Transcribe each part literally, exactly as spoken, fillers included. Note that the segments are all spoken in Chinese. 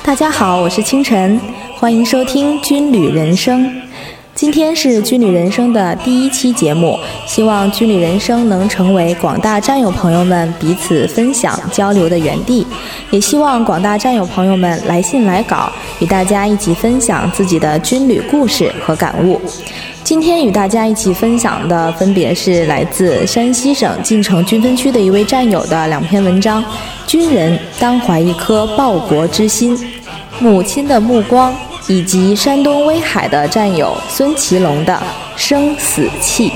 大家好，我是清晨，欢迎收听军旅人生。今天是军旅人生的第一期节目，希望军旅人生能成为广大战友朋友们彼此分享交流的园地，也希望广大战友朋友们来信来稿，与大家一起分享自己的军旅故事和感悟。今天与大家一起分享的分别是来自山西省晋城军分区的一位战友的两篇文章，军人当怀一颗报国之心，母亲的目光，以及山东威海的战友孙其龙的生死契。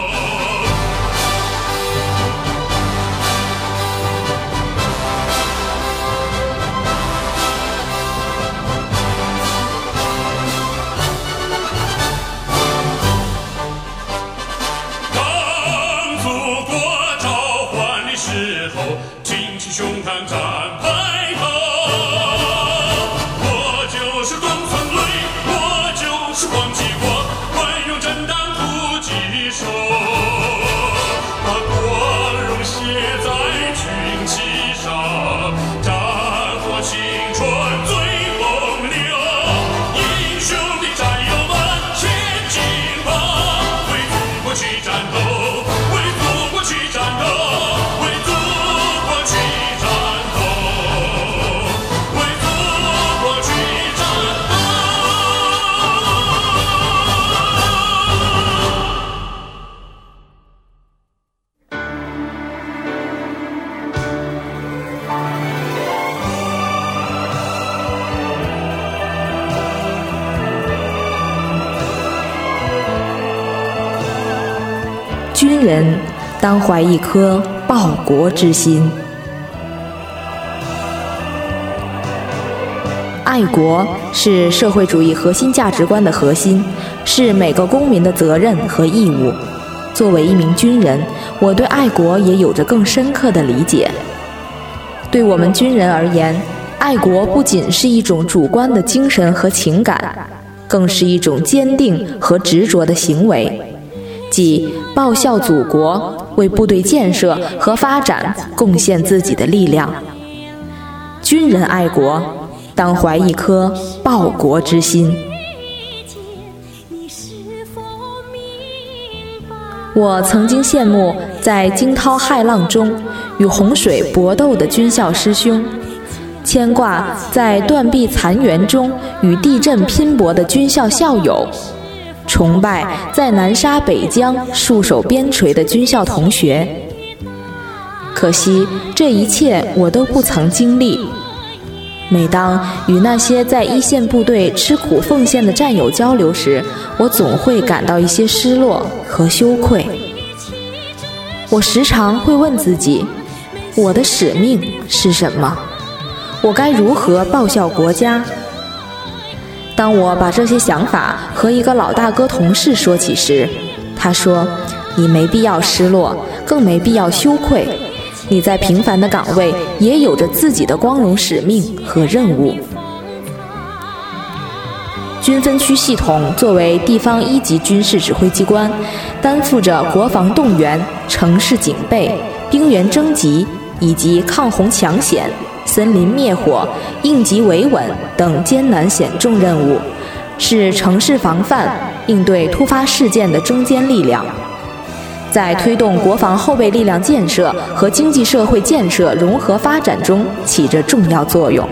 军人当怀一颗报国之心。爱国是社会主义核心价值观的核心，是每个公民的责任和义务。作为一名军人，我对爱国也有着更深刻的理解。对我们军人而言，爱国不仅是一种主观的精神和情感，更是一种坚定和执着的行为，即报效祖国，为部队建设和发展贡献自己的力量。军人爱国，当怀一颗报国之心。我曾经羡慕在惊涛骇浪中与洪水搏斗的军校师兄，牵挂在断壁残垣中与地震拼搏的军校校友，崇拜在南沙北疆戍守边陲的军校同学。可惜这一切我都不曾经历。每当与那些在一线部队吃苦奉献的战友交流时，我总会感到一些失落和羞愧。我时常会问自己，我的使命是什么？我该如何报效国家？当我把这些想法和一个老大哥同事说起时，他说，你没必要失落，更没必要羞愧，你在平凡的岗位也有着自己的光荣使命和任务。军分区系统作为地方一级军事指挥机关，担负着国防动员、城市警备、兵员征集以及抗洪抢险、森林灭火、应急维稳等艰难险重任务，是城市防范、应对突发事件的中坚力量，在推动国防后备力量建设和经济社会建设融合发展中起着重要作用。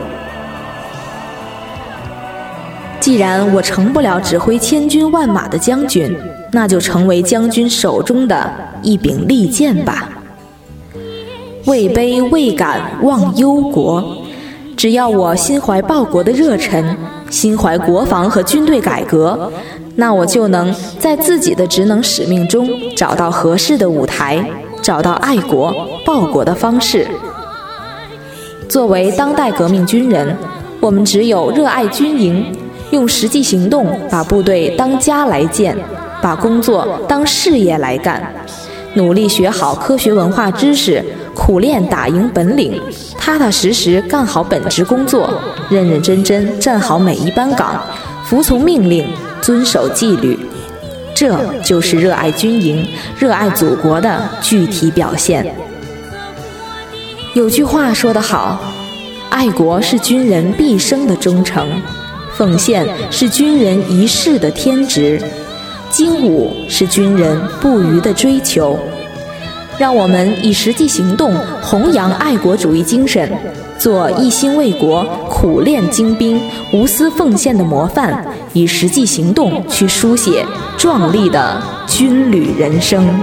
既然我成不了指挥千军万马的将军，那就成为将军手中的一柄利剑吧。位卑未敢忘忧国，只要我心怀报国的热忱，心怀国防和军队改革，那我就能在自己的职能使命中找到合适的舞台，找到爱国报国的方式。作为当代革命军人，我们只有热爱军营，用实际行动把部队当家来建，把工作当事业来干，努力学好科学文化知识，苦练打赢本领，踏踏实实干好本职工作，认认真真站好每一班岗，服从命令，遵守纪律。这就是热爱军营、热爱祖国的具体表现。有句话说得好， 爱国是军人毕生的忠诚，奉献是军人一世的天职，精武是军人不渝的追求。让我们以实际行动弘扬爱国主义精神，做一心为国、苦练精兵、无私奉献的模范，以实际行动去书写壮丽的军旅人生。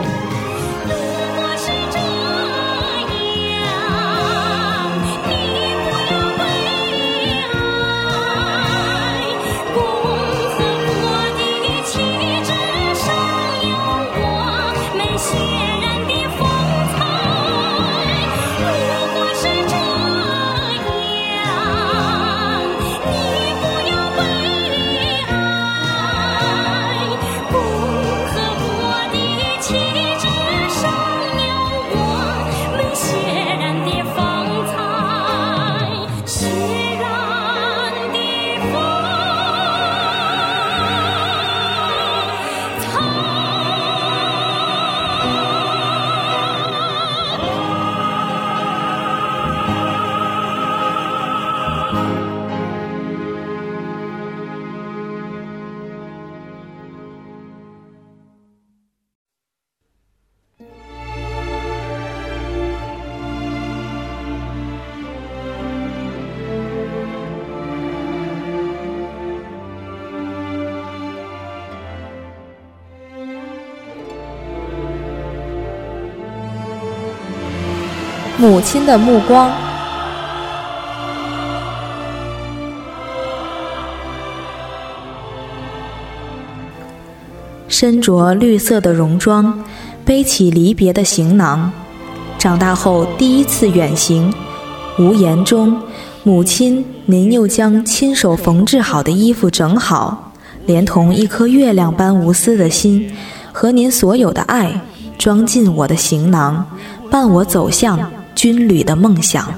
母亲的目光。身着绿色的戎装，背起离别的行囊，长大后第一次远行，无言中，母亲您又将亲手缝制好的衣服整好，连同一颗月亮般无私的心和您所有的爱装进我的行囊，伴我走向军旅的梦想。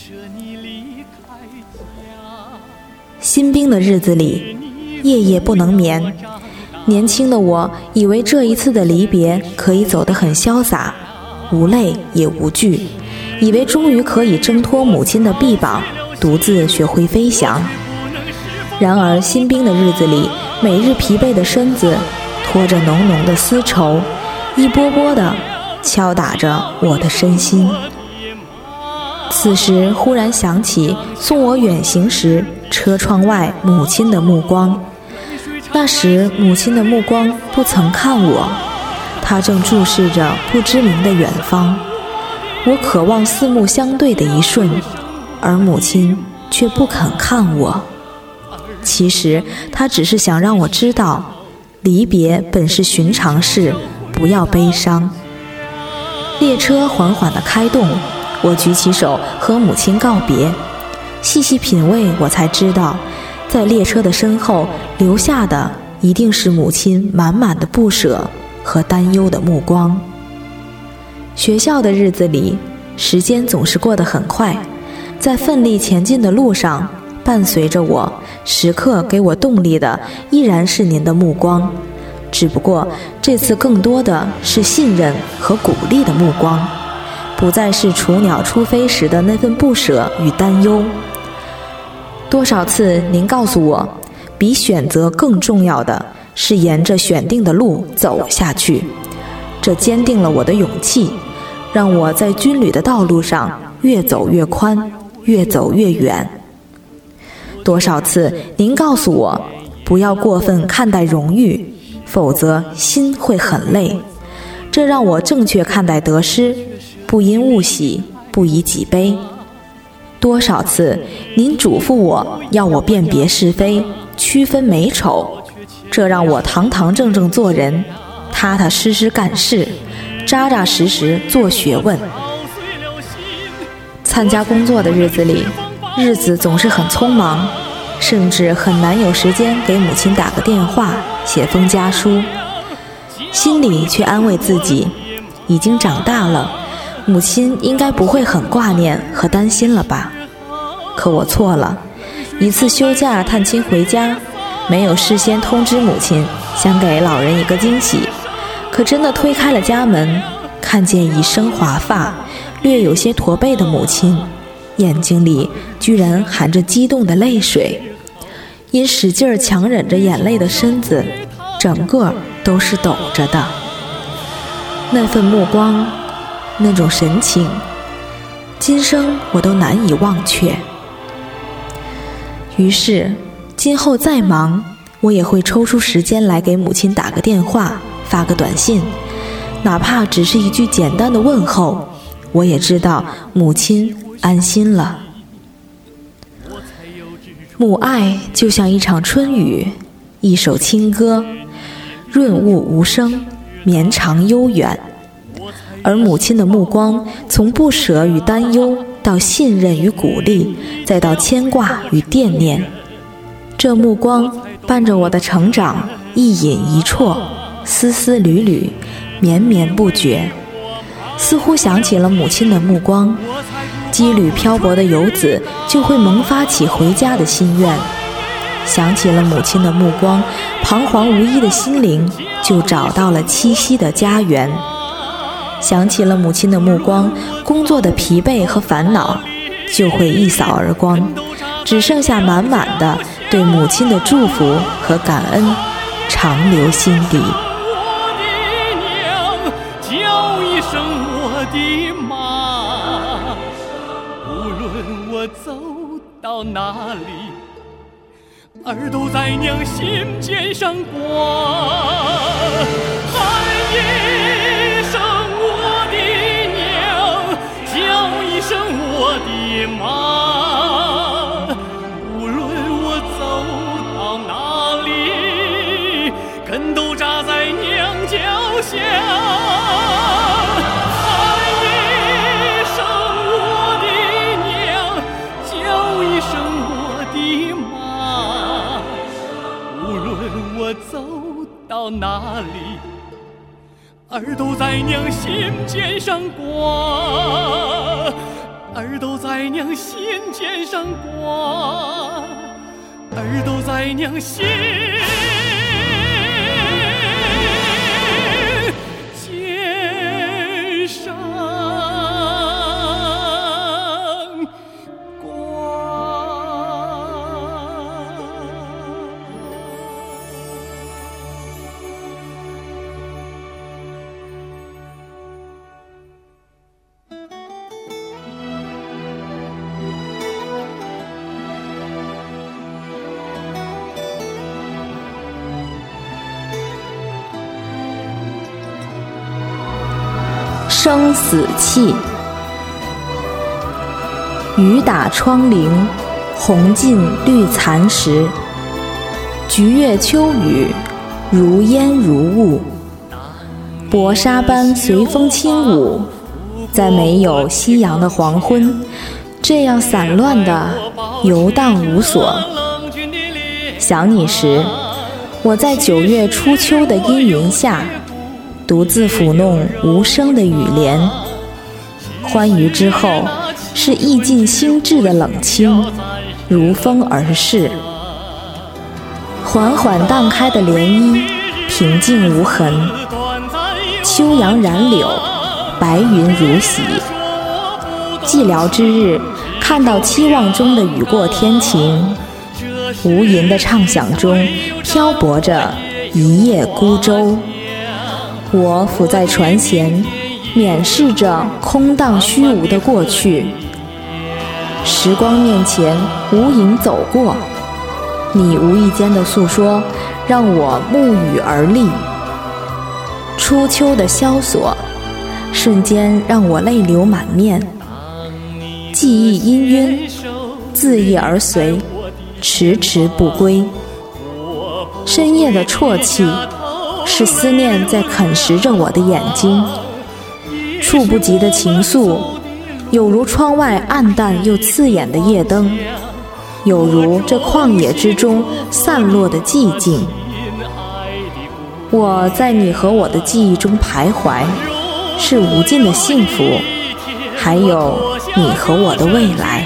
新兵的日子里，夜夜不能眠。年轻的我以为这一次的离别可以走得很潇洒，无泪也无惧，以为终于可以挣脱母亲的臂膀，独自学会飞翔。然而新兵的日子里，每日疲惫的身子拖着浓浓的丝绸，一波波地敲打着我的身心。此时忽然想起送我远行时车窗外母亲的目光，那时母亲的目光不曾看我，她正注视着不知名的远方。我渴望四目相对的一瞬，而母亲却不肯看我。其实她只是想让我知道，离别本是寻常事，不要悲伤。列车缓缓地开动，我举起手和母亲告别。细细品味，我才知道，在列车的身后留下的一定是母亲满满的不舍和担忧的目光。学校的日子里，时间总是过得很快，在奋力前进的路上，伴随着我，时刻给我动力的依然是您的目光，只不过这次更多的是信任和鼓励的目光，不再是雏鸟初飞时的那份不舍与担忧。多少次您告诉我，比选择更重要的是沿着选定的路走下去，这坚定了我的勇气，让我在军旅的道路上越走越宽，越走越远。多少次您告诉我，不要过分看待荣誉，否则心会很累，这让我正确看待得失，不因物喜，不以己悲。多少次您嘱咐我要我辨别是非，区分美丑，这让我堂堂正正做人，踏踏实实干事，扎扎实实做学问。参加工作的日子里，日子总是很匆忙，甚至很难有时间给母亲打个电话，写封家书。心里却安慰自己，已经长大了，母亲应该不会很挂念和担心了吧。可我错了，一次休假探亲回家，没有事先通知母亲，想给老人一个惊喜，可真的推开了家门，看见一身华发，略有些驼背的母亲， 眼睛里居然含着激动的泪水，因使劲强忍着眼泪的身子，整个都是抖着的。那份目光，那种神情，今生我都难以忘却。于是，今后再忙，我也会抽出时间来给母亲打个电话，发个短信，哪怕只是一句简单的问候，我也知道母亲安心了。母爱就像一场春雨，一首清歌，润物无声，绵长悠远。而母亲的目光，从不舍与担忧，到信任与鼓励，再到牵挂与惦念。这目光伴着我的成长，一饮一啜，丝丝缕缕，绵绵不绝。似乎想起了母亲的目光，羁旅漂泊的游子就会萌发起回家的心愿；想起了母亲的目光，彷徨无依的心灵就找到了栖息的家园；想起了母亲的目光，工作的疲惫和烦恼就会一扫而光，只剩下满满的对母亲的祝福和感恩，长留心底。 我的妈，无论我走到哪里，儿都在娘心尖上挂。喊一声我的娘，叫一声我的妈，无论我走到哪里，根都扎在娘脚下。走到哪里，儿都在娘心尖上挂，儿都在娘心尖上挂，儿都在娘心尖上。 生死契，雨打窗棂，红尽绿残时。菊月秋雨，如烟如雾，薄纱般随风轻舞。在没有夕阳的黄昏，这样散乱地游荡无所。想你时，我在九月初秋的阴云下，独自抚弄无声的雨帘。欢愉之后，是意尽心智的冷清，如风而逝。缓缓荡开的涟漪，平静无痕。秋阳染柳，白云如洗。寂寥之日，看到期望中的雨过天晴，无垠的畅想中漂泊着一叶孤舟。我俯在船舷，免视着空荡虚无的过去。时光面前无影走过，你无意间的诉说，让我目语而立。初秋的萧索，瞬间让我泪流满面。记忆氤氲，自意而随，迟迟不归。深夜的啜泣，是思念在啃食着我的眼睛。触不及的情愫，有如窗外暗淡又刺眼的夜灯，有如这旷野之中散落的寂静。我在你和我的记忆中徘徊，是无尽的幸福，还有你和我的未来。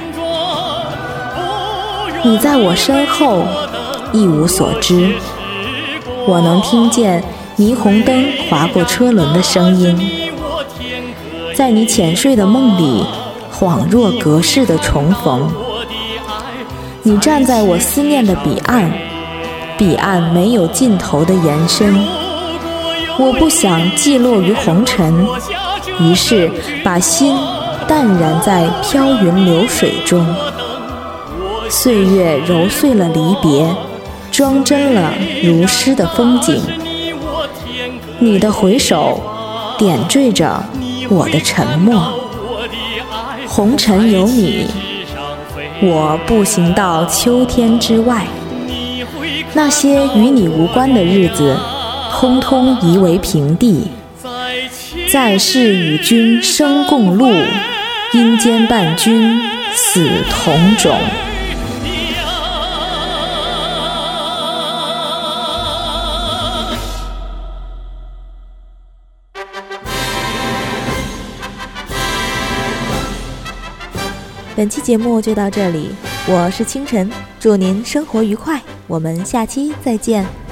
你在我身后，一无所知。我能听见霓虹灯划过车轮的声音。在你浅睡的梦里， 恍若隔世的重逢。你站在我思念的彼岸，彼岸没有尽头的延伸。我不想寂落于红尘，于是把心淡然在飘云流水中。岁月揉碎了离别，装帧了如诗的风景。你的回首点缀着我的沉默。红尘有你，我步行到秋天之外。那些与你无关的日子，通通夷为平地。在世与君生共路，阴间伴君死同种。本期节目就到这里，我是清晨，祝您生活愉快，我们下期再见。